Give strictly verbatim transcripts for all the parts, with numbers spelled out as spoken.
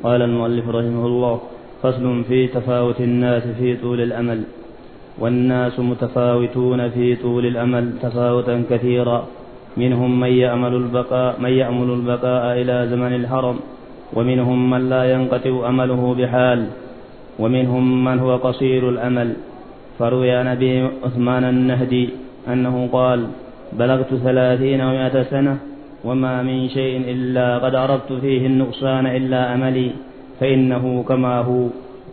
قال المؤلف رحمه الله: فصل في تفاوت الناس في طول الأمل. والناس متفاوتون في طول الأمل تفاوتا كثيرا، منهم من يأمل البقاء, من يأمل البقاء إلى زمن الحرم، ومنهم من لا ينقطع أمله بحال، ومنهم من هو قصير الأمل. فروي عن أبي عثمان النهدي أنه قال: بلغت ثلاثين ومائة سنة وما من شيء إلا قد عرفت فيه النقصان إلا أملي فإنه كما هو.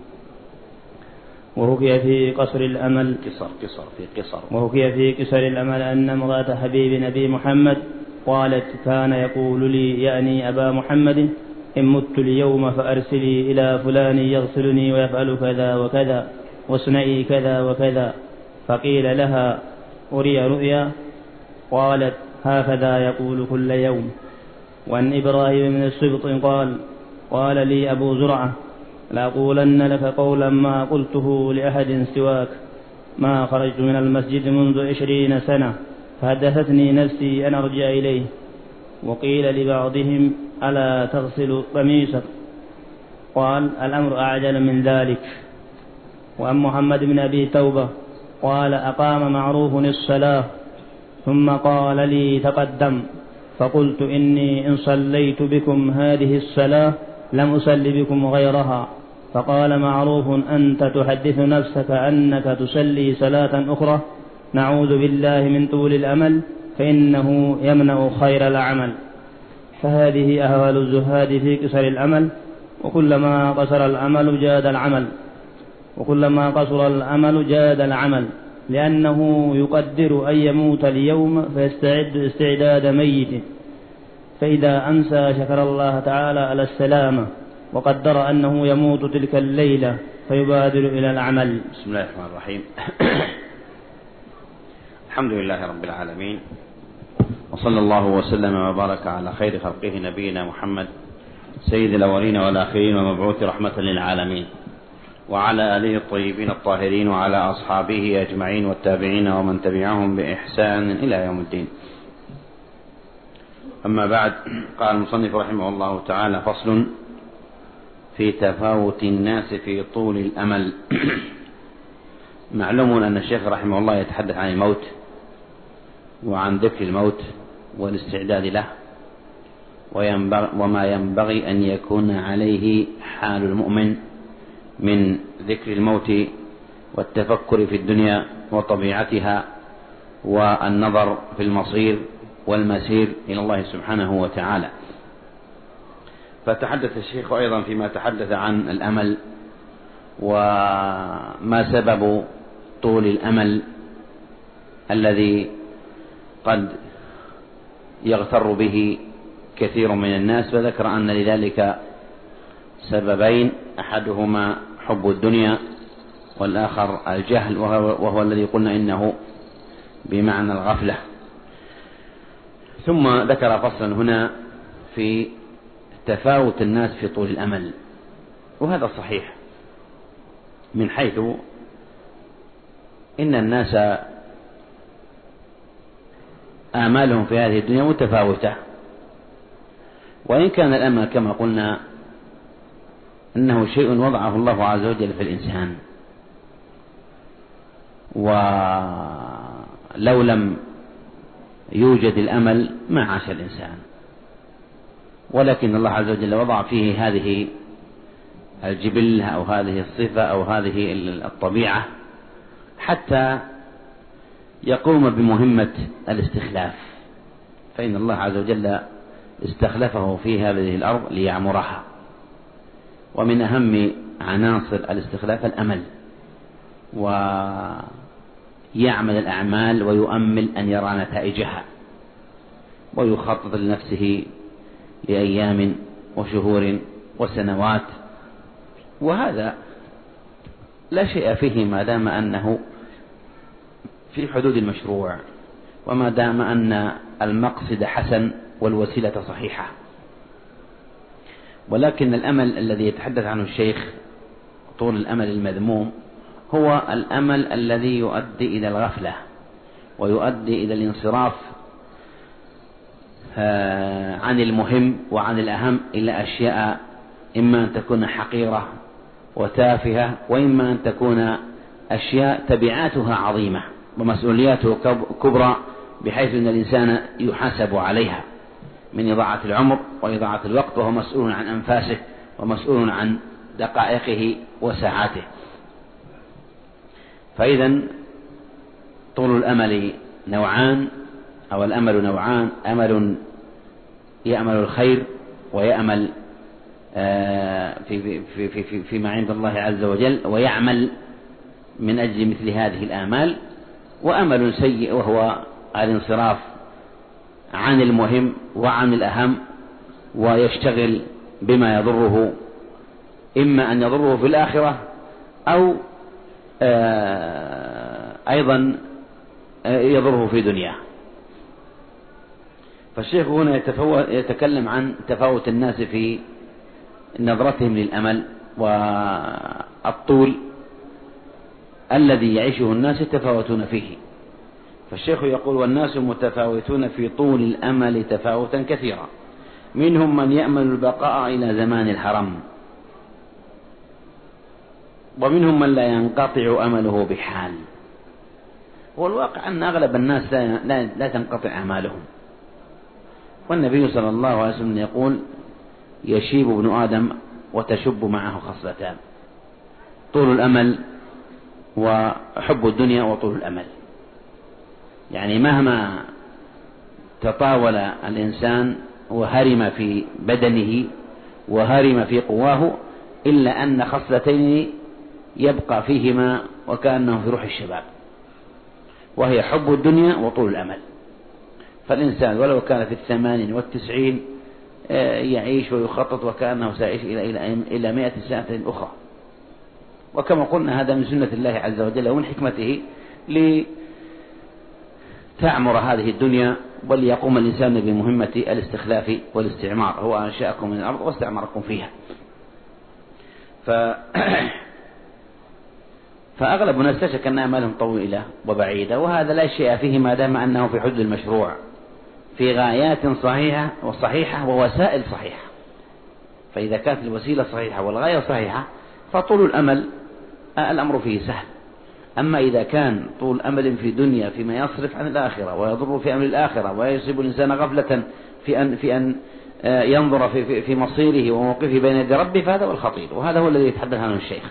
وحكي في قصر الأمل قصر قصر في قصر وحكي في قصر الأمل أن امرأة حبيب نبي محمد قالت: كان يقول لي يعني أبا محمد: إن مت اليوم فأرسلي إلى فلان يغسلني ويفعل كذا وكذا واصنعي كذا وكذا. فقيل لها: أري رؤيا؟ قالت: هكذا يقول كل يوم. وعن إبراهيم بن السبط قال: قال لي أبو زرعة: لأقولن لك قولا ما قلته لأحد سواك، ما خرجت من المسجد منذ عشرين سنة فحدثتني نفسي أن أرجع إليه. وقيل لبعضهم: ألا تغسل قميصك؟ قال: الأمر أعجل من ذلك. وعن محمد بن أبي توبة قال: أقام معروف الصلاة ثم قال لي: تقدم. فقلت: إني إن صليت بكم هذه الصلاة لم أصلي بكم غيرها. فقال معروف: أنت تحدث نفسك أنك تصلي صلاة أخرى؟ نعوذ بالله من طول الأمل، فإنه يمنع خير العمل. فهذه أهوال الزهاد في قصر الأمل. وكلما قصر الأمل جاد العمل وكلما قصر الأمل جاد العمل لأنه يقدر أن يموت اليوم فيستعد استعداد ميت، فإذا أمسى شكر الله تعالى على السلامة، وقدر أنه يموت تلك الليلة فيبادر إلى العمل. بسم الله الرحمن الرحيم. الحمد لله رب العالمين، وصلى الله وسلم وبارك على خير خلقه نبينا محمد سيد الأولين والآخرين ومبعوث رحمة للعالمين، وعلى آله الطيبين الطاهرين وعلى أصحابه أجمعين والتابعين ومن تبعهم بإحسان إلى يوم الدين. أما بعد، قال المصنف رحمه الله تعالى: فصل في تفاوت الناس في طول الأمل. معلوم أن الشيخ رحمه الله يتحدث عن الموت وعن ذكر الموت والاستعداد له، وما ينبغي أن يكون عليه حال المؤمن من ذكر الموت والتفكر في الدنيا وطبيعتها والنظر في المصير والمسير إلى الله سبحانه وتعالى. فتحدث الشيخ أيضا فيما تحدث عن الأمل وما سبب طول الأمل الذي قد يغتر به كثير من الناس، فذكر أن لذلك سببين: أحدهما حب الدنيا، والآخر الجهل، وهو, وهو الذي قلنا إنه بمعنى الغفلة. ثم ذكر فصلا هنا في تفاوت الناس في طول الأمل، وهذا صحيح من حيث إن الناس آمالهم في هذه الدنيا متفاوتة، وإن كان الأمل كما قلنا أنه شيء وضعه الله عز وجل في الإنسان، ولو لم يوجد الأمل ما عاش الإنسان، ولكن الله عز وجل وضع فيه هذه الجبلة أو هذه الصفة أو هذه الطبيعة حتى يقوم بمهمة الاستخلاف، فإن الله عز وجل استخلفه في هذه الأرض ليعمرها، ومن أهم عناصر الاستخلاف الأمل، ويعمل الأعمال ويؤمل أن يرى نتائجها، ويخطط لنفسه لأيام وشهور وسنوات، وهذا لا شيء فيه ما دام أنه في حدود المشروع، وما دام أن المقصد حسن والوسيلة صحيحة. ولكن الأمل الذي يتحدث عنه الشيخ طول الأمل المذموم هو الأمل الذي يؤدي إلى الغفلة ويؤدي إلى الانصراف عن المهم وعن الأهم إلى أشياء إما أن تكون حقيرة وتافهة، وإما أن تكون أشياء تبعاتها عظيمة ومسؤولياته كبرى، بحيث أن الإنسان يحاسب عليها من إضاعة العمر وإضاعة الوقت، وهو مسؤول عن أنفاسه ومسؤول عن دقائقه وساعاته. فإذا طول الأمل نوعان، أو الأمل نوعان: أمل يأمل الخير ويأمل في في في في فيما عند الله عز وجل ويعمل من أجل مثل هذه الآمال، وأمل سيء وهو الانصراف عن المهم وعن الأهم، ويشتغل بما يضره، إما أن يضره في الآخرة أو أيضا يضره في دنياه. فالشيخ هنا يتكلم عن تفاوت الناس في نظرتهم للأمل والطول الذي يعيشه الناس يتفاوتون فيه. فالشيخ يقول: والناس متفاوتون في طول الأمل تفاوتا كثيرا، منهم من يأمل البقاء إلى زمان الحرم، ومنهم من لا ينقطع أمله بحال. والواقع أن أغلب الناس لا, لا, لا تنقطع أمالهم، والنبي صلى الله عليه وسلم يقول: يشيب ابن آدم وتشب معه خصلتان: طول الأمل وحب الدنيا وطول الأمل. يعني مهما تطاول الإنسان وهرم في بدنه وهرم في قواه، إلا أن خصلتين يبقى فيهما وكأنه في روح الشباب، وهي حب الدنيا وطول الأمل. فالإنسان ولو كان في الثمانين والتسعين يعيش ويخطط وكأنه سيعيش إلى إلى إلى مائة سنة أخرى. وكما قلنا هذا من سنة الله عز وجل ومن حكمته لتعمر هذه الدنيا وليقوم الإنسان بمهمة الاستخلاف والاستعمار. هو أنشأكم من الأرض واستعمركم فيها. ف... فأغلب الناس لا شك أن آمالهم طويلة وبعيدة، وهذا لا شيء فيه ما دام أنه في حدود المشروع، في غايات صحيحة وصحيحة ووسائل صحيحة. فإذا كانت الوسيلة صحيحة والغاية صحيحة فطول الأمل الأمر فيه سهل. أما إذا كان طول أمل في دنيا فيما يصرف عن الآخرة ويضر في أمر الآخرة ويصيب الإنسان غفلة في أن في أن ينظر في في, في مصيره وموقفه بين يدي ربه، فهذا هو الخطير، وهذا هو الذي يتحدث عنه الشيخ.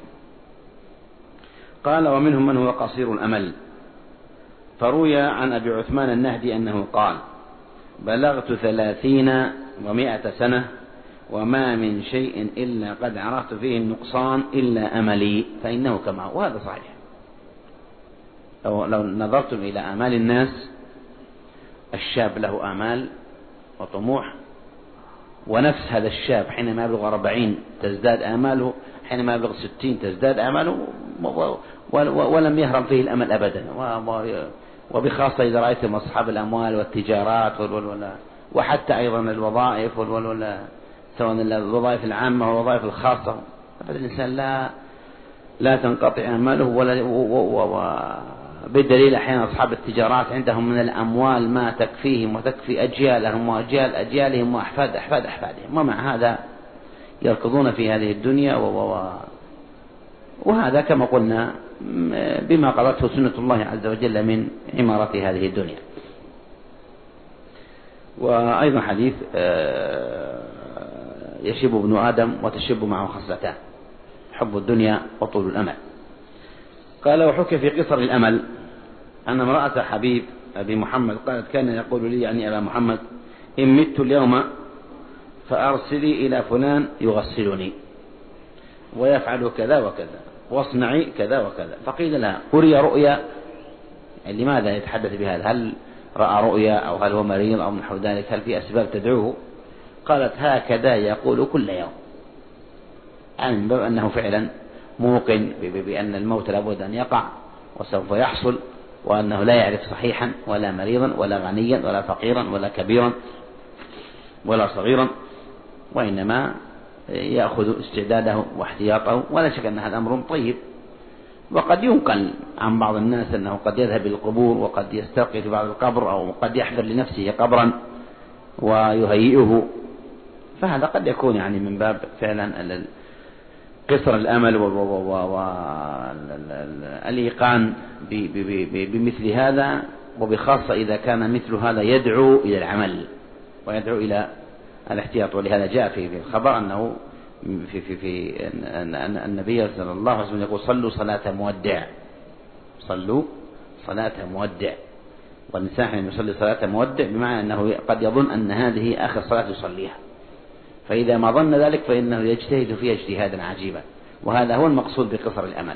قال: ومنهم من هو قصير الأمل. فروي عن أبي عثمان النهدي أنه قال: بلغت ثلاثين ومائة سنة وما من شيء إلا قد عرفت فيه النقصان إلا أملي فإنه كما هو. وهذا صحيح. لو, لو نظرتم إلى آمال الناس، الشاب له آمال وطموح، ونفس هذا الشاب حينما يبلغ أربعين تزداد آماله، حينما يبلغ ستين تزداد آماله، ولم يهرم فيه الأمل أبدا. وبخاصة إذا رأيتم أصحاب الأموال والتجارات وحتى أيضا الوظائف، سواء الوظائف العامة والوظائف الخاصة، الإنسان لا لا تنقطع آماله، ولا بالدليل أحيانا أصحاب التجارات عندهم من الأموال ما تكفيهم وتكفي أجيالهم وأجيال أجيالهم وأحفاد أحفاد أحفادهم، ومع هذا يركضون في هذه الدنيا، وهذا كما قلنا بما قضته سنة الله عز وجل من عمارة هذه الدنيا. وأيضا حديث يشيب ابن آدم وتشب معه خصلتان: حب الدنيا وطول الأمل. قال: وحكي في قصر الأمل أن امرأة حبيب أبي محمد قالت: كان يقول لي يعني أبا محمد: إن مت اليوم فأرسلي إلى فلان يغسلني ويفعل كذا وكذا، واصنعي كذا وكذا. فقيل لها: أري رؤيا؟ يعني لماذا يتحدث بهذا؟ هل رأى رؤيا أو هل هو مريض أو نحو ذلك؟ هل في أسباب تدعوه؟ قالت: هكذا يقول كل يوم، يعني من باب أنه فعلا موقن بأن الموت لابد أن يقع وسوف يحصل، وأنه لا يعرف صحيحا ولا مريضا ولا غنيا ولا فقيرا ولا كبيرا ولا صغيرا، وإنما يأخذ استعداده واحتياطه. ولا شك أن هذا أمر طيب. وقد ينقل عن بعض الناس أنه قد يذهب إلى القبور وقد يستلقي في بعض القبر، أو قد يحفر لنفسه قبرا ويهيئه، فهذا قد يكون يعني من باب فعلا قصر الأمل والإيقان بمثل هذا، وبخاصة إذا كان مثل هذا يدعو إلى العمل ويدعو إلى الاحتياط. ولهذا جاء في الخبر أنه في في في أن النبي صلى الله عليه وسلم يقول صلوا صلاة مودع، صلوا صلاة مودع. والإنسان حين يصلي صلاة مودع بمعنى أنه قد يظن أن هذه آخر صلاة يصليها، فإذا ما ظن ذلك فإنه يجتهد فيها اجتهادا عجيبا، وهذا هو المقصود بقصر الأمل.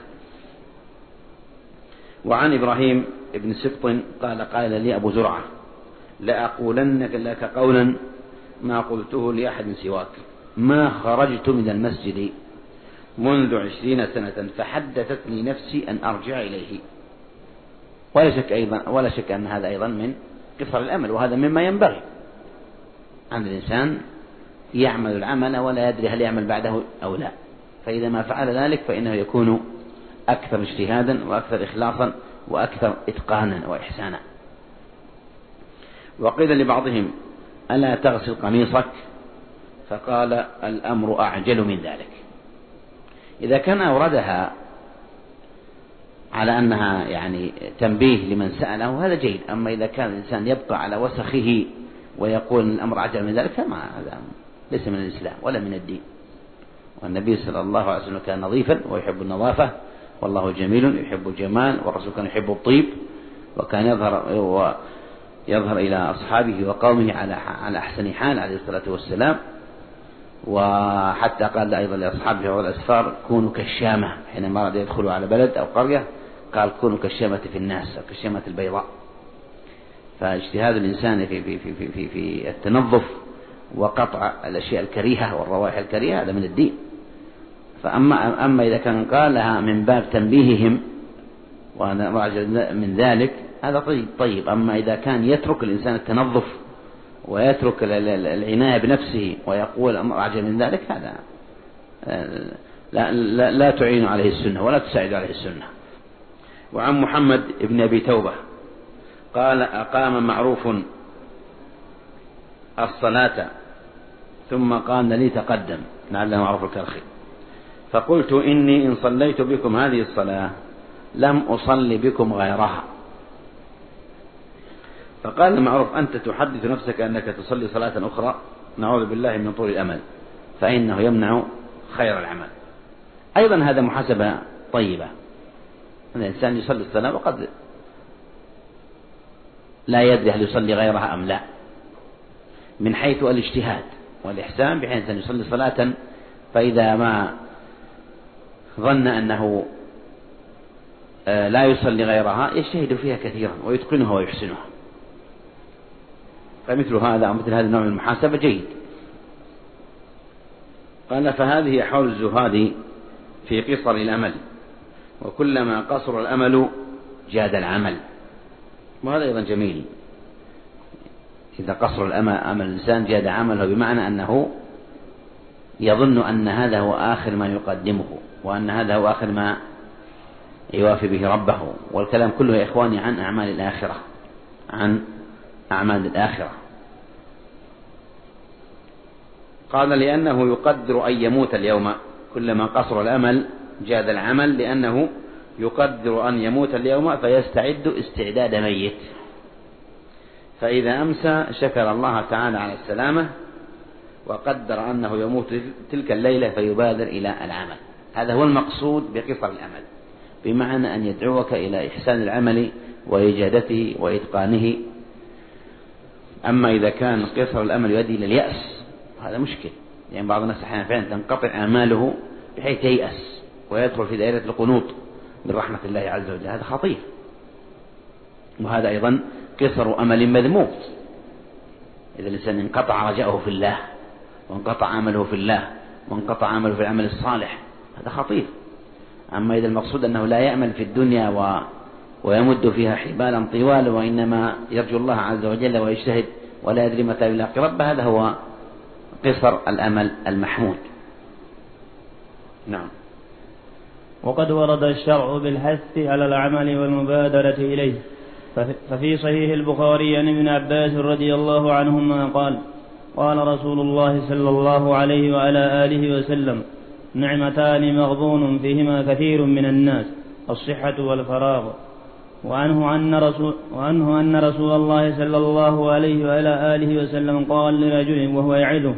وعن إبراهيم بن سبط قال قال لي أبو زرعة لأقولن لك قولا ما قلته لأحد سواك، ما خرجت من المسجد منذ عشرين سنة فحدثتني نفسي أن أرجع إليه. ولا شك أيضا ولا شك أن هذا أيضا من قصر الأمل، وهذا مما ينبغي عن الإنسان يعمل العمل ولا يدري هل يعمل بعده أو لا، فإذا ما فعل ذلك فإنه يكون أكثر اجتهادا وأكثر إخلاصا وأكثر إتقانا وإحسانا. وقيل لبعضهم ألا تغسل قميصك؟ فقال الأمر أعجل من ذلك. إذا كان أوردها على أنها يعني تنبيه لمن سأله هذا جيد، أما إذا كان الإنسان يبقى على وسخه ويقول الأمر أعجل من ذلك فما هذا ليس من الإسلام ولا من الدين. والنبي صلى الله عليه وسلم كان نظيفا ويحب النظافة، والله جميل يحب الجمال، والرسول كان يحب الطيب، وكان يظهر يظهر إلى أصحابه وقومه على على أحسن حال عليه الصلاة والسلام. وحتى قال أيضا لأصحابه في الأسفار كونوا كالشامة، حينما أراد يدخلوا على بلد أو قرية قال كونوا كالشامة في الناس أو كالشامة البيضاء. فاجتهاد الإنسان في في في في في, في التنظف وقطع الأشياء الكريهة والروائح الكريهة هذا من الدين. فأما أما إذا كان قالها من باب تنبيههم وأنا من ذلك هذا طيب طيب. أما إذا كان يترك الإنسان التنظف ويترك العناية بنفسه ويقول أمر أعجل من ذلك هذا لا, لا, لا تعين عليه السنة ولا تساعد عليه السنة. وعن محمد بن أبي توبة قال أقام معروف الصلاة ثم قال لي تقدم، لعله معروف الكرخي، فقلت إني إن صليت بكم هذه الصلاة لم أصلي بكم غيرها. فقال معروف أنت تحدث نفسك أنك تصلي صلاة أخرى، نعوذ بالله من طول الأمل، فإنه يمنع خير العمل. أيضا هذا محاسبة طيبة، أن الإنسان يصلي الصلاة وقد لا يدري هل يصلي غيرها أم لا، من حيث الاجتهاد والإحسان، بحيث أن يصلي صلاة فإذا ما ظن أنه لا يصلي غيرها يجتهد فيها كثيرا ويتقنها ويحسنها. فمثل هذا أو مثل هذا النوع من المحاسبة جيد. قال فهذه حول الزهاد في قصر الأمل، وكلما قصر الأمل جاد العمل. وهذا أيضا جميل، إذا قصر الأمل أمل الإنسان جاد عمله، بمعنى أنه يظن أن هذا هو آخر ما يقدمه وأن هذا هو آخر ما يوافي به ربه. والكلام كله يا إخواني عن أعمال الآخرة، عن أعمال الآخرة. قال لأنه يقدر أن يموت اليوم، كلما قصر الأمل جاد العمل، لأنه يقدر أن يموت اليوم فيستعد استعداد ميت، فإذا أمسى شكر الله تعالى على السلامة وقدر أنه يموت تلك الليلة فيبادر إلى العمل. هذا هو المقصود بقصر الأمل، بمعنى أن يدعوك إلى إحسان العمل وإجادته وإتقانه. أما إذا كان قصر الأمل يؤدي إلى اليأس هذا مشكل، يعني بعض الناس أحيانا فعلا تنقطع آماله بحيث ييأس ويدخل في دائرة القنوط من رحمة الله عز وجل، هذا خطير. وهذا أيضا قصر أمل مذموم، إذا الإنسان انقطع رجاؤه في الله وانقطع عمله في الله وانقطع عمله في العمل الصالح هذا خطير. أما إذا المقصود أنه لا يأمل في الدنيا و... ويمد فيها حبالا طوال، وإنما يرجو الله عز وجل ويجتهد ولا يدري متى يلاقي ربه، هذا هو قصر الأمل المحمود. نعم. وقد ورد الشرع بالحث على العمل والمبادرة إليه، ففي صحيح البخاري عن ابن عباس رضي الله عنهما قال قال رسول الله صلى الله عليه وعلى آله وسلم: نعمتان مغبون فيهما كثير من الناس، الصحة والفراغ. وعنه أن رسول, وعنه أن رسول الله صلى الله عليه وعلى آله وسلم قال لرجل وهو يعظه: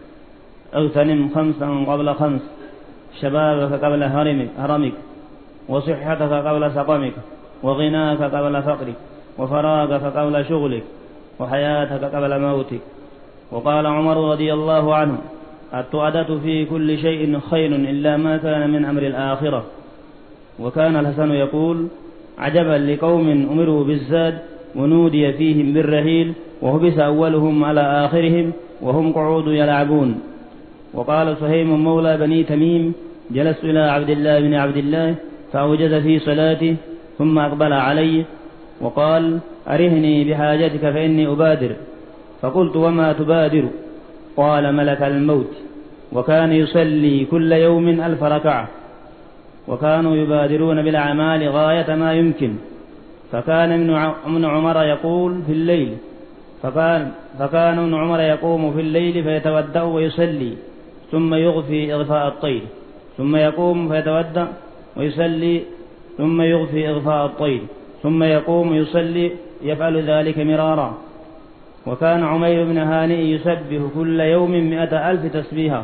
اغتنم خمسا قبل خمس، شبابك قبل هرمك، وصحتك قبل سقمك، وغناك قبل فقرك، وفراغك قبل شغلك، وحياتك قبل موتك. وقال عمر رضي الله عنه: التعدة في كل شيء خير إلا ما كان من أمر الآخرة. وكان الحسن يقول: عجبا لقوم أمروا بالزاد ونودي فيهم بالرهيل وحبس أولهم على آخرهم وهم قعود يلعبون. وقال سهيم مولى بني تميم: جلست إلى عبد الله بن عبد الله فأوجز في صلاته ثم أقبل علي وقال: أرهني بحاجتك فإني أبادر. فقلت: وما تبادر؟ قال: ملك الموت. وكان يصلي كل يوم ألف ركعة، وكانوا يبادرون بالأعمال غاية ما يمكن. فكان ابن عمر يقول في الليل فكان, فكان ابن عمر يقوم في الليل فيتودأ ويصلي ثم يغفي إغفاء الطير، ثم يقوم فيتودأ ويصلي ثم يغفي إغفاء الطير، ثم يقوم يصلي، يفعل ذلك مرارا. وكان عمير بن هانئ يسبح كل يوم مئة ألف تسبيحة.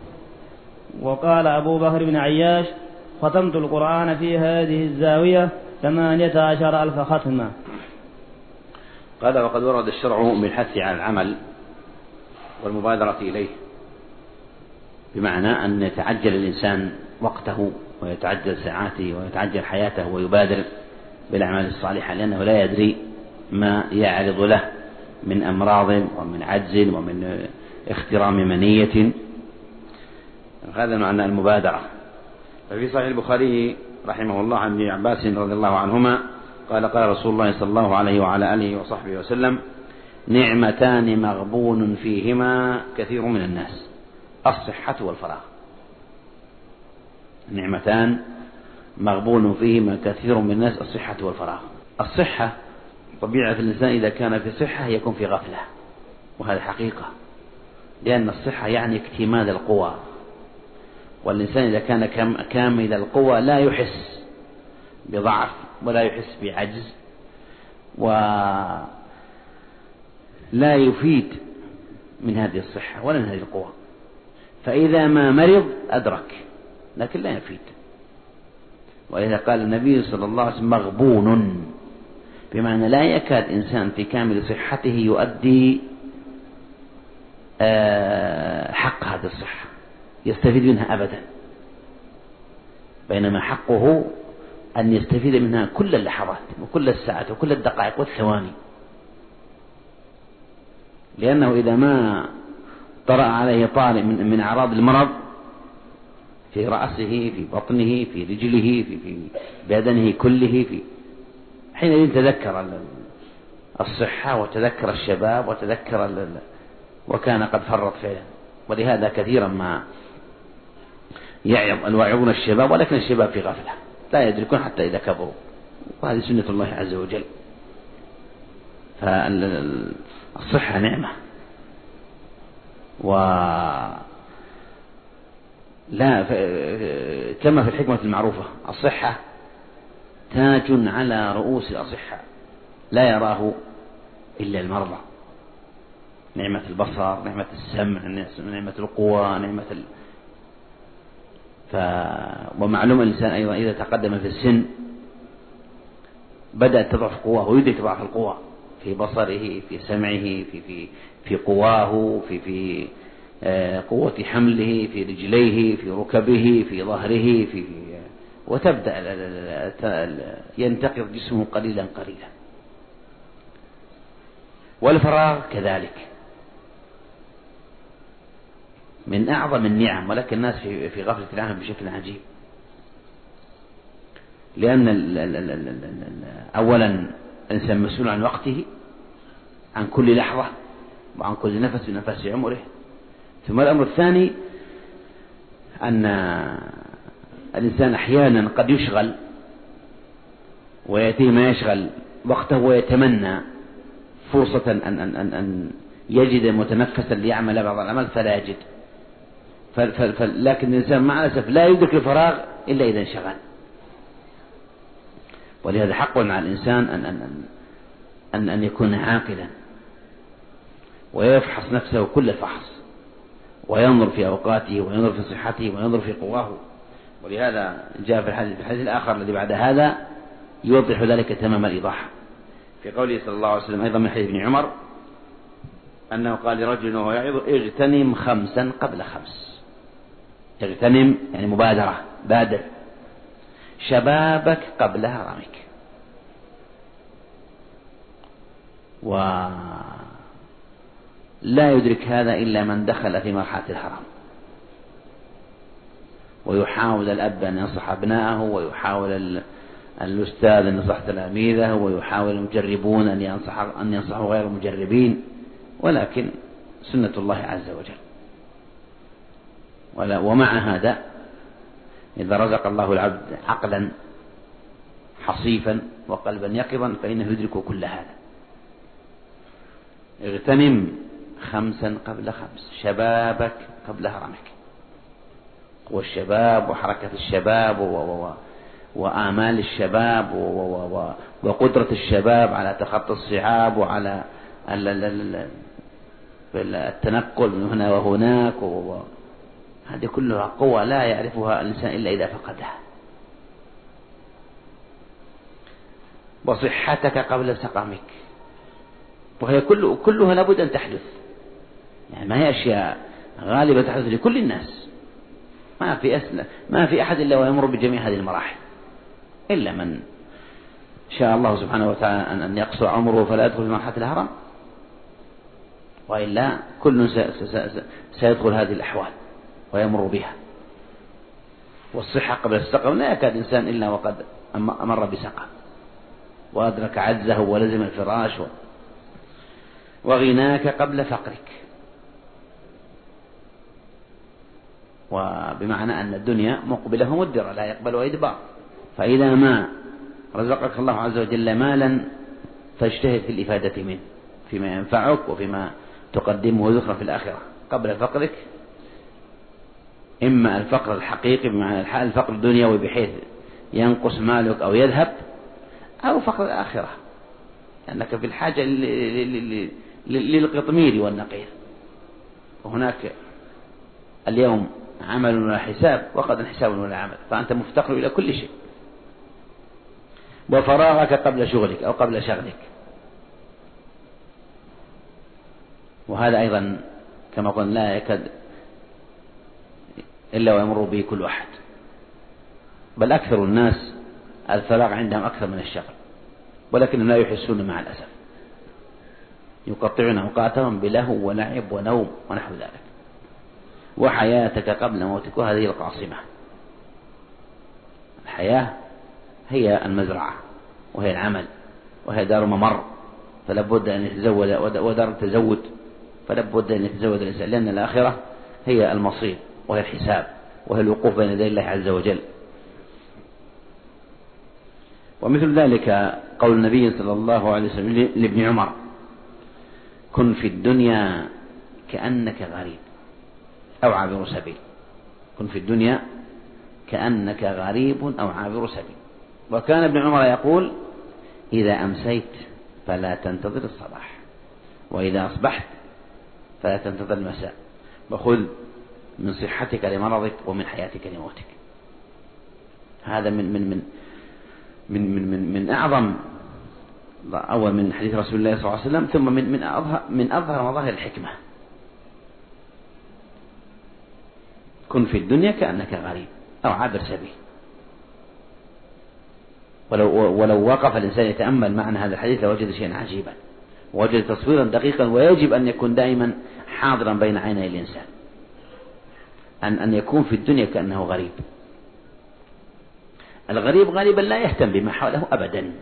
وقال أبو بكر بن عياش: ختمت القرآن في هذه الزاوية ثمانية عشر ألف ختمة. قال: وقد ورد الشرع بالحث على العمل والمبادرة إليه، بمعنى أن يتعجل الإنسان وقته ويتعجل ساعاته ويتعجل حياته ويبادر بالأعمال الصالحة، لأنه لا يدري ما يعرض له من أمراض ومن عجز ومن اخترام منية. هذا معنى المبادرة. ففي صحيح البخاري رحمه الله عن ابن عباس رضي الله عنهما قال: قال رسول الله صلى الله عليه وعلى آله وصحبه وسلم: نعمتان مغبون فيهما كثير من الناس، الصحة والفراغ. نعمتان مغبون فيهما كثير من الناس، الصحة والفراغ. الصحة طبيعة الإنسان إذا كان في صحة يكون في غفلة، وهذا حقيقة، لأن الصحة يعني اكتمال القوى، والإنسان إذا كان كامل القوى لا يحس بضعف ولا يحس بعجز ولا يفيد من هذه الصحة ولا من هذه القوى. فإذا ما مرض أدرك لكن لا يفيد. ولذا قال النبي صلى الله عليه وسلم: مغبون، بمعنى لا يكاد إنسان في كامل صحته يؤدي حق هذه الصحة، يستفيد منها أبدا، بينما حقه أن يستفيد منها كل اللحظات وكل الساعات وكل الدقائق والثواني، لأنه إذا ما طرأ عليه طارئ من أعراض المرض في رأسه، في بطنه، في رجله، في, في بدنه كله، في حين تذكر الصحة وتذكر الشباب وتذكر وكان قد فرط فعلا. ولهذا كثيرا ما يعظ الواعظون الشباب ولكن الشباب في غفلة لا يدركون حتى إذا كبروا، وهذه سنة الله عز وجل. فالصحة نعمة، ولا كما في الحكمة المعروفة: الصحة تاج على رؤوس الأصحة لا يراه إلا المرضى. نعمة البصر، نعمة السمع، نعمة القوى، نعمة ال... ف... ومعلوم الإنسان أيضا إذا تقدم في السن بدأت تضعف قواه ويدرك ضعف القوى في بصره، في سمعه، في في في قواه، في في قوة حمله، في رجليه، في ركبه، في ظهره، في وتبدأ ينتقض جسمه قليلا قليلا. والفراغ كذلك من أعظم النعم، ولكن الناس في غفلة عنها بشكل عجيب. لأن أولا الإنسان مسؤول عن وقته، عن كل لحظة وعن كل نفس من نفس عمره. ثم الأمر الثاني أن الإنسان أحيانا قد يشغل ويأتيه ما يشغل وقته ويتمنى فرصة أن, أن, أن, أن يجد متنفسا ليعمل بعض العمل فلا يجد. لكن الإنسان مع الأسف لا يدرك الفراغ إلا إذا انشغل. ولهذا حق على الإنسان أن, أن, أن, أن يكون عاقلا ويفحص نفسه كل الفحص، وينظر في أوقاته وينظر في صحته وينظر في قواه. ولهذا جاء في الحديث, في الحديث الآخر الذي بعد هذا يوضح ذلك تمام الإيضاح في قوله صلى الله عليه وسلم أيضا من حديث ابن عمر أنه قال لرجل وهو يعظ اغتنم خمسا قبل خمس. اغتنم يعني مبادرة، بادر. شبابك قبل هرمك. ولا يدرك هذا إلا من دخل في مرحلة الهرم، ويحاول الأب أن ينصح أبناءه، ويحاول الأستاذ أن ينصح تلاميذه، ويحاول المجربون أن ينصح أن ينصحوا غير المجربين، ولكن سنة الله عز وجل. ومع هذا إذا رزق الله العبد عقلا حصيفا وقلبا يقظا فإنه يدرك كل هذا. اغتنم خمسا قبل خمس. شبابك قبل هرمك. والشباب وحركة الشباب و و و وآمال الشباب و و و وقدرة الشباب على تخطي الصعاب وعلى التنقل من هنا وهناك، هذه كلها قوة لا يعرفها الإنسان إلا إذا فقدها. وصحتك قبل سقمك، وهي كل كلها لابد أن تحدث، يعني ما هي أشياء غالبة تحدث لكل الناس. ما في أسنى ما في أحد إلا ويمر بجميع هذه المراحل، إلا من شاء الله سبحانه وتعالى أن يقصر عمره فلا يدخل في مرحلة الهرم، وإلا كل سيدخل هذه الأحوال ويمر بها. والصحة قبل السقم، لا يكاد إنسان إلا وقد أمر بسقم وأدرك عجزه ولزم الفراش. وغناك قبل فقرك، وبمعنى أن الدنيا مقبلة مدبرة لا يقبل إدبار. فإذا ما رزقك الله عز وجل مالا فاجتهد في الإفادة منه فيما ينفعك وفيما تقدمه ذخرا في الآخرة قبل فقرك. إما الفقر الحقيقي بمعنى الفقر الدنيوي بحيث ينقص مالك أو يذهب، أو فقر الآخرة لأنك في الحاجة للقطمير والنقير، وهناك اليوم عمل ولا حساب وغدا حساب ولا عمل، فأنت مفتقر إلى كل شيء. وفراغك قبل شغلك أو قبل شغلك، وهذا أيضا كما قلنا لا يكاد إلا ويمر به كل أحد، بل أكثر الناس الفراغ عندهم أكثر من الشغل، ولكنهم لا يحسون مع الأسف، يقطعون أوقاتهم بلهو ولعب ونوم ونحو ذلك. وحياتك قبل موتك، وهذه القاصمة. الحياة هي المزرعة وهي العمل وهي دار ممر، فلا بد أن يتزود، ودار التزود فلا بد أن يتزود الإنسان، لأن الآخرة هي المصير وهي الحساب وهي الوقوف بين يدي الله عز وجل. ومثل ذلك قول النبي صلى الله عليه وسلم لابن عمر: كن في الدنيا كأنك غريب أو عابر سبيل. كن في الدنيا كأنك غريب أو عابر سبيل. وكان ابن عمر يقول: إذا أمسيت فلا تنتظر الصباح، وإذا أصبحت فلا تنتظر المساء، وخذ من صحتك لمرضك ومن حياتك لموتك. هذا من من من من من من, من أعظم أول من حديث رسول الله صلى الله عليه وسلم، ثم من من أظهر من أظهر مظاهر الحكمة. كن في الدنيا كأنك غريب أو عابر سبيل. ولو ولو وقف الإنسان يتأمل معنى هذا الحديث لوجد شيئا عجيبا، ووجد تصويرا دقيقا، ويجب أن يكون دائما حاضرا بين عيني الإنسان، أن أن يكون في الدنيا كأنه غريب. الغريب غالبا لا يهتم بما حوله أبدا.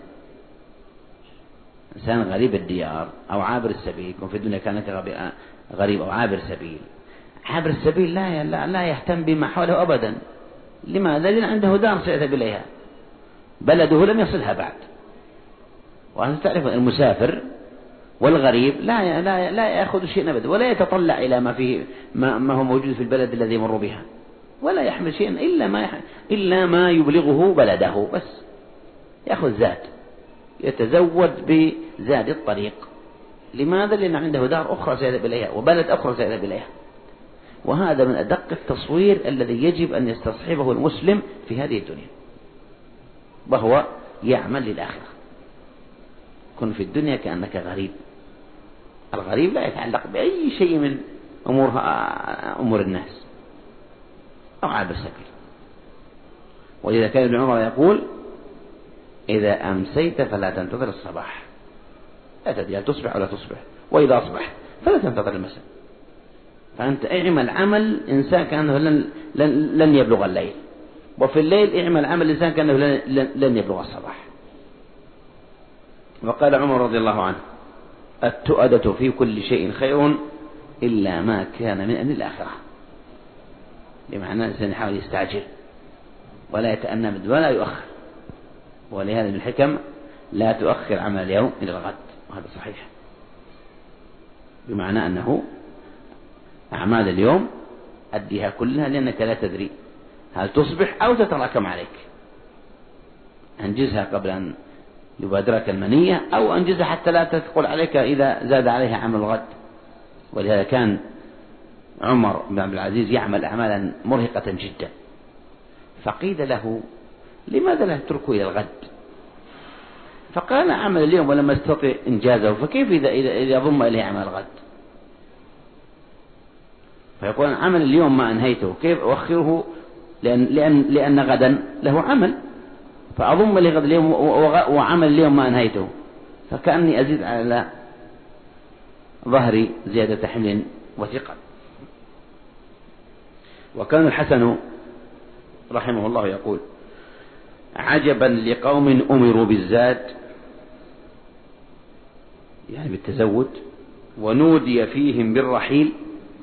إنسان غريب الديار أو عابر السبيل، يكون في الدنيا كأنك غريب أو عابر سبيل. عابر السبيل لا لا, لا يهتم بما حوله أبدا. لماذا؟ لأن عنده دار سيذهب إليها، بلده لم يصلها بعد. وأنت تعرف المسافر والغريب لا لا لا يأخذ شيئا أبدا، ولا يتطلع إلى ما فيه ما, ما هو موجود في البلد الذي يمر بها، ولا يحمل شيئا إلا ما يح... إلا ما يبلغه بلده بس، يأخذ زاد، يتزود بزاد الطريق. لماذا؟ لأن عنده دار أخرى سيذهب إليها وبلد أخرى سيذهب إليها. وهذا من أدق التصوير الذي يجب أن يستصحبه المسلم في هذه الدنيا، وهو يعمل للآخرة. كن في الدنيا كأنك غريب. الغريب لا يتعلق بأي شيء من أمور أمور الناس أو عابر السبيل. ولذا كان ابن عمر يقول: إذا أمسيت فلا تنتظر الصباح، لا تدري هل تصبح ولا تصبح، وإذا أصبحت فلا تنتظر المساء. فأنت اعمل عمل إنسان كأنه لن, لن, لن يبلغ الليل، وفي الليل اعمل عمل إنسان كأنه لن, لن يبلغ الصباح. وقال عمر رضي الله عنه: التؤدة في كل شيء خير إلا ما كان من أمر الآخرة. بمعنى الإنسان يحاول يستعجل ولا يتأنى ولا يؤخر. ولهذا من الحكم: لا تؤخر عمل اليوم إلى الغد. وهذا صحيح، بمعنى أنه أعمال اليوم أديها كلها، لأنك لا تدري هل تصبح أو تتراكم عليك. أنجزها قبل أن يبادرك المنية، أو أنجزها حتى لا تثقل عليك إذا زاد عليها عمل الغد. ولهذا كان عمر بن عبد العزيز يعمل أعمالا مرهقة جدا، فقيل له: لماذا لا تتركه إلى الغد؟ فقال: أعمل اليوم ولم أستطع إنجازه، فكيف إذا إذا ضم إليه عمل الغد؟ فيقول: عمل اليوم ما أنهيته، كيف أؤخره؟ لأن, لأن, لأن غدا له عمل، فأضم لغد اليوم وعمل اليوم ما أنهيته، فكأني أزيد على ظهري زيادة حمل وثقل. وكان الحسن رحمه الله يقول: عجبا لقوم أمروا بالزاد، يعني بالتزود، ونودي فيهم بالرحيل،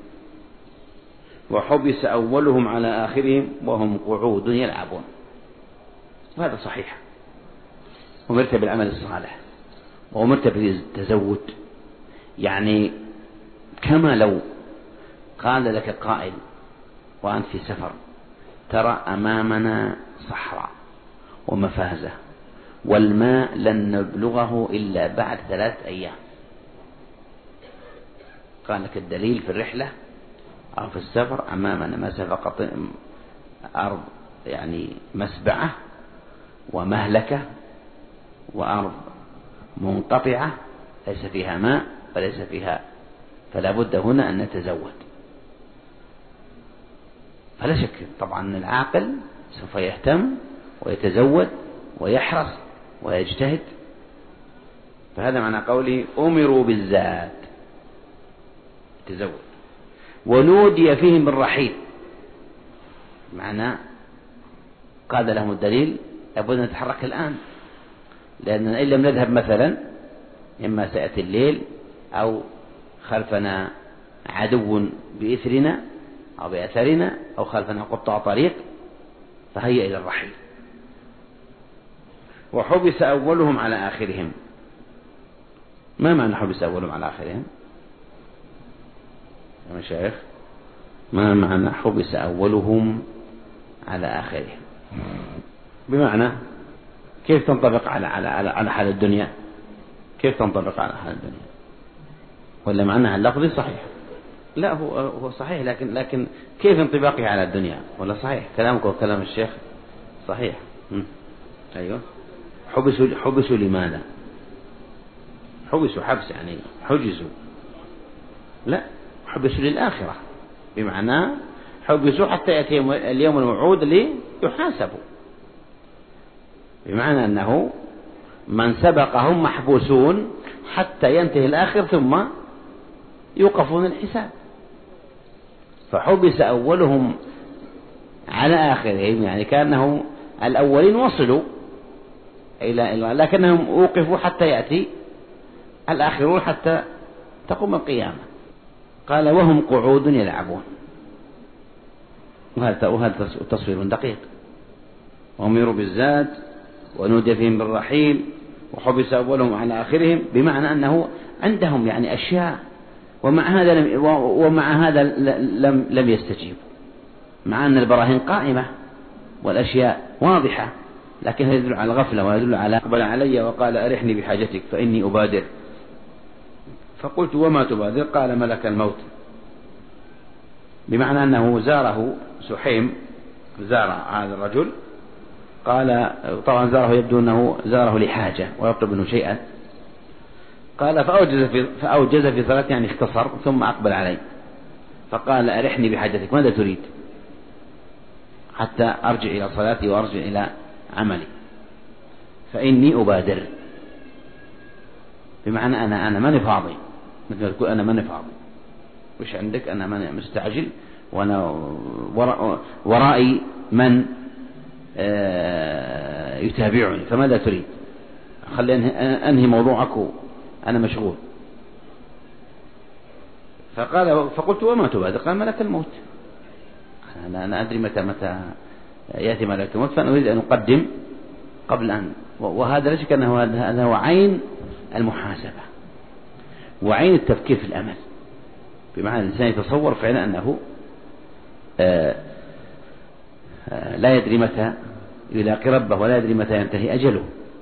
وحبس أولهم على آخرهم وهم قعود يلعبون. وهذا صحيح. أمرت بالعمل الصالح وأمرت بالتزود، يعني كما لو قال لك قائل وأنت في سفر: ترى أمامنا صحراء ومفازة والماء لن نبلغه إلا بعد ثلاث أيام. قال لك الدليل في الرحلة أو في السفر: أمامنا مسافة أرض يعني مسبعة ومهلكة وأرض منقطعة ليس فيها ماء وليس فيها، فلا بد هنا أن نتزود. فلا شك طبعا العاقل سوف يهتم ويتزود ويحرص ويجتهد. فهذا معنى قولي: أمروا بالزاد، تزود. ونودي فيهم بالرحيل، معنى قال لهم الدليل: لابد أن نتحرك الآن، لأن إن لم نذهب مثلا إما سيأتي الليل أو خلفنا عدو بإثرنا أو بأثرنا أو خلفنا قطاع طريق، فهيا إلى الرحيل. وحبس أولهم على آخرهم. ما معنى حبس أولهم على آخرهم يا مشايخ؟ ما معنى حبس أولهم على آخرهم؟ بمعنى كيف تنطبق على على على, على حال الدنيا؟ كيف تنطبق على حال الدنيا؟ ولا معناها اللفظي صحيح؟ لا، هو هو صحيح، لكن لكن كيف انطباقه على الدنيا؟ ولا صحيح كلامك وكلام الشيخ صحيح. م. أيوه. حبسوا حبسوا لماذا؟ حبسوا حبس يعني حجزوا، لا، حبسوا للآخرة، بمعنى حبسوا حتى يأتي اليوم الموعود ليحاسبوا، بمعنى أنه من سبقهم محبوسون حتى ينتهي الآخر ثم يوقفون الحساب. فحبس أولهم على آخرهم، يعني كأنهم الأولين وصلوا إلى إلى لكنهم أوقفوا حتى يأتي الآخرون حتى تقوم القيامة. قال: وهم قعود يلعبون. وهذا وهذا تصوير دقيق. وأمروا بالزاد ونودي فيهم بالرحيل وحبس أولهم على آخرهم، بمعنى أنه عندهم يعني أشياء، ومع هذا لم ومع هذا لم لم يستجيبوا، مع أن البراهين قائمة والأشياء واضحة، لكن هذا يدل على الغفلة ويدل على أقبل علي وقال أرحني بحاجتك فإني أبادر. فقلت وما تبادر؟ قال ملك الموت، بمعنى أنه زاره سحيم، زار هذا الرجل، قال طبعا زاره يبدو أنه زاره لحاجة ويطلب منه شيئا، قال فأوجز في, فأوجز في صلاة يعني اختصر، ثم أقبل علي فقال أرحني بحاجتك، ماذا تريد؟ حتى أرجع إلى صلاتي وأرجع إلى عملي فإني أبادر، بمعنى أنا أنا ماني فاضي، مثل تقول أنا ماني فاضي، وش عندك؟ أنا ماني مستعجل، وأنا ورائي من يتابعني، فماذا تريد؟ خلي أنهي موضوعك، أنا مشغول. فقال فقلت وما تبادر؟ قال ملك الموت، أنا أنا أدري متى متى يأتي ملك الموت، فأنا أريد أن أقدم قبل أن، وهذا لا شك أنه هذا هو عين المحاسبة وعين التفكير في الأمل، بمعنى الإنسان يتصور فعلا أنه آآ آآ لا يدري متى يلاقي ربه ولا يدري متى ينتهي أجله.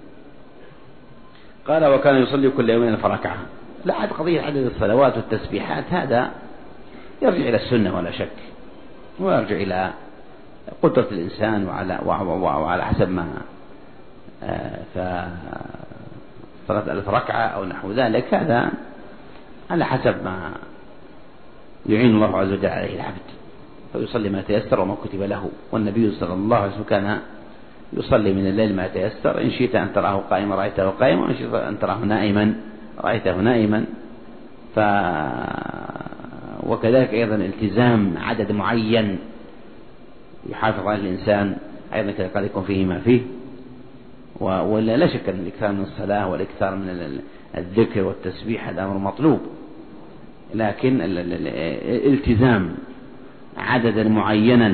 قال وكان يصلي كل يوم ألف ركعة. لا عاد قضية عدد الصلوات والتسبيحات هذا يرجع إلى السنة ولا شك، ويرجع إلى قدرة الإنسان وعلى, وعلى حسب ما فصلاة ألف ركعة أو نحو ذلك، هذا على حسب ما يعين الله عز وجل عليه العبد، فيصلي ما تيسر وما كتب له. والنبي صلى الله عليه وسلم كان يصلي من الليل ما تيسر، إن شئت أن تراه قائما رأيته قائما، وإن شئت أن تراه نائما رأيته نائما. ف وكذلك أيضا التزام عدد معين يحافظ على الإنسان أيضا كذلك قد يكون فيه ما فيه، ولا لا شك أن الإكثار من الصلاة والإكثار من الذكر والتسبيح هذا أمر مطلوب، لكن الالتزام عددا معينا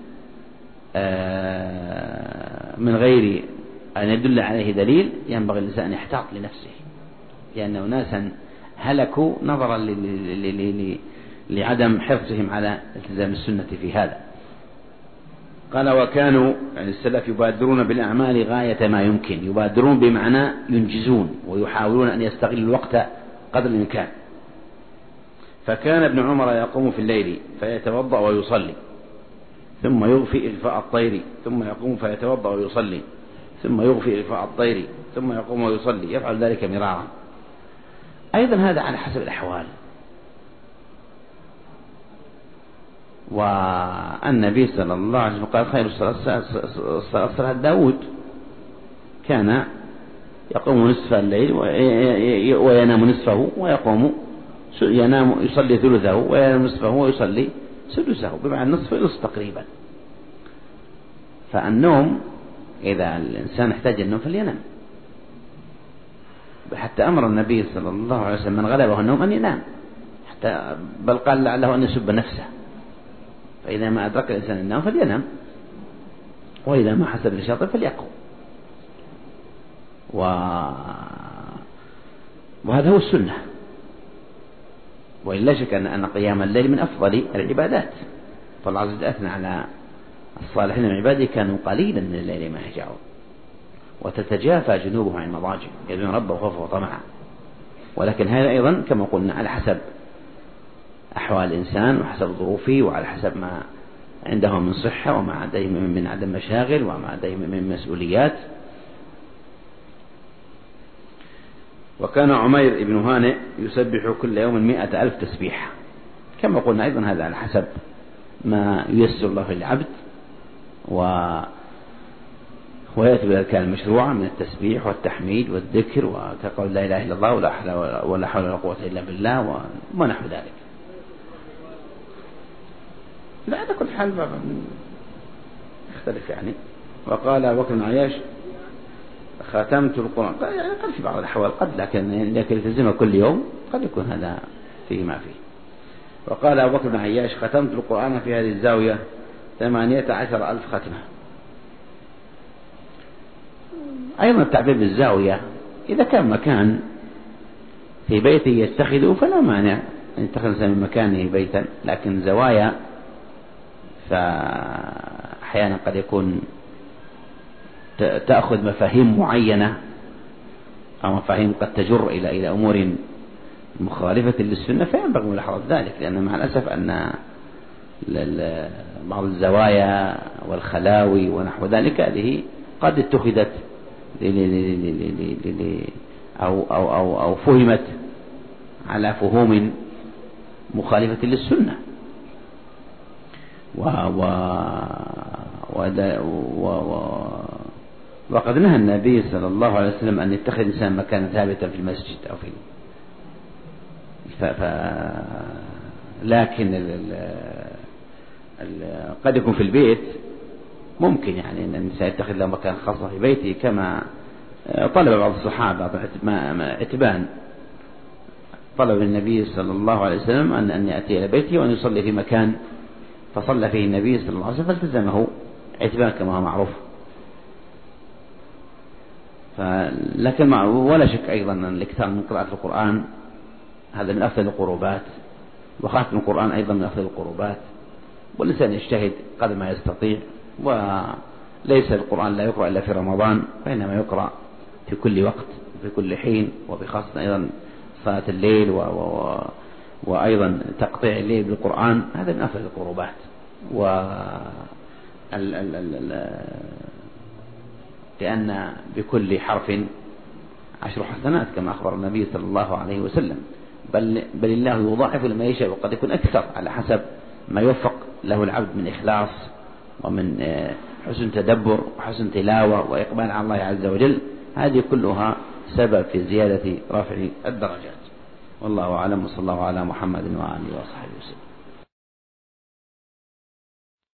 من غير أن يدل عليه دليل ينبغي الإنسان أن يحتاط لنفسه، لأن أناسا هلكوا نظرا لعدم حرصهم على التزام السنة في هذا. قال وكانوا يعني السلف يبادرون بالأعمال غاية ما يمكن، يبادرون بمعنى ينجزون ويحاولون أن يستغلوا الوقت قدر الإمكان. فكان ابن عمر يقوم في الليل فيتوضأ ويصلي، ثم يغفي إلفاء الطير، ثم يقوم فيتوضأ ويصلي، ثم يغفي إلفاء الطير، ثم يقوم ويصلي، يفعل ذلك مرارا. أيضا هذا على حسب الأحوال. والنبي صلى الله عليه وسلم قال خير الصلاة صلاة داود، كان يقوم نصف الليل وينام نصفه، ويقوم ينام يصلي ثلثه وينام نصفه ويصلي سدسه، بمعنى نصف نصف تقريبا. فالنوم إذا الإنسان احتاج النوم فلينام، حتى أمر النبي صلى الله عليه وسلم من غلبه النوم أن ينام، حتى بل قال لعله أن يسب نفسه، فإذا ما أدرك الإنسان النوم فلينام، وإذا ما حسب الشاطئ فليقوم. و... وهذا هو السنة. وإلا شك أن قيام الليل من أفضل العبادات، فالله عز وجل أثنى على الصالحين من عباده كانوا قليلا من الليل ما يهجعون وتتجافى جنوبهم عن المضاجع يدعون ربهم خوفا وطمعا. ولكن هذا أيضا كما قلنا على حسب أحوال الإنسان وحسب ظروفه وعلى حسب ما عنده من صحة وما لديه من عدم مشاغل وما لديه من مسؤوليات. وكان عمير بن هانئ يسبح كل يوم مئة ألف تسبيح، كما قلنا أيضا هذا على حسب ما ييسر الله للعبد، و ويأتي بالأذكار المشروعة من التسبيح والتحميد والذكر، وكقول لا إله إلا الله ولا حول ولا حول ولا قوة إلا بالله وما نحو ذلك. لا على كل حال يختلف يعني. وقال أبو بكر بن عياش ختمت القرآن، يعني قد في بعض الأحوال قد، لكن لكن تلزمه كل يوم قد يكون هذا فيه ما فيه. وقال أبو بكر بن عياش ختمت القرآن في هذه الزاوية ثمانية عشر ألف ختمة. أيضا التعبير بالزاوية إذا كان مكان في بيته يتخذه فلا مانع أن يتخذ من مكانه بيتا، لكن زوايا فأحيانا قد يكون تأخذ مفاهيم معينة أو مفاهيم قد تجر إلى إلى أمور مخالفة للسنة، فينبغي ملاحظة ذلك، لأن مع الأسف أن بعض الزوايا والخلاوي ونحو ذلك هذه قد اتخذت أو, أو, أو, أو فهمت على فهوم مخالفة للسنة، و و و و وقد نهى النبي صلى الله عليه وسلم أن يتخذ الإنسان مكانا ثابتا في المسجد أو في ف... ف... لكن ال... ال... قد يكون في البيت ممكن يعني أن الإنسان يتخذ له مكان خاص في بيته، كما طلب بعض الصحابة عتبان طلب النبي صلى الله عليه وسلم أن أن يأتي إلى بيته وأن يصلي في مكان، فصلى فيه النبي صلى الله عليه وسلم فالتزمه عتبان كما هو معروف. لكن ولا شك أيضا أن الإكثار من قراءة القرآن هذا من أفضل القربات، وخاتم القرآن أيضا من أفضل القربات، والإنسان يجتهد قدر ما يستطيع، وليس القرآن لا يقرأ إلا في رمضان، وإنما يقرأ في كل وقت وفي كل حين، وبخاصة أيضا صلاة الليل و... و... وأيضا تقطيع الليل بالقرآن، هذا من أفضل القربات. و ال... ال... ال... لأن بكل حرف عشر حسنات كما أخبر النبي صلى الله عليه وسلم، بل, بل الله يضاعف لما يشاء، وقد يكون أكثر على حسب ما يوفق له العبد من إخلاص ومن حسن تدبر وحسن تلاوة وإقبال على الله عز وجل. هذه كلها سبب في زيادة رفع الدرجات. والله أعلم، وصلى الله على محمد وآله وصحبه وسلم.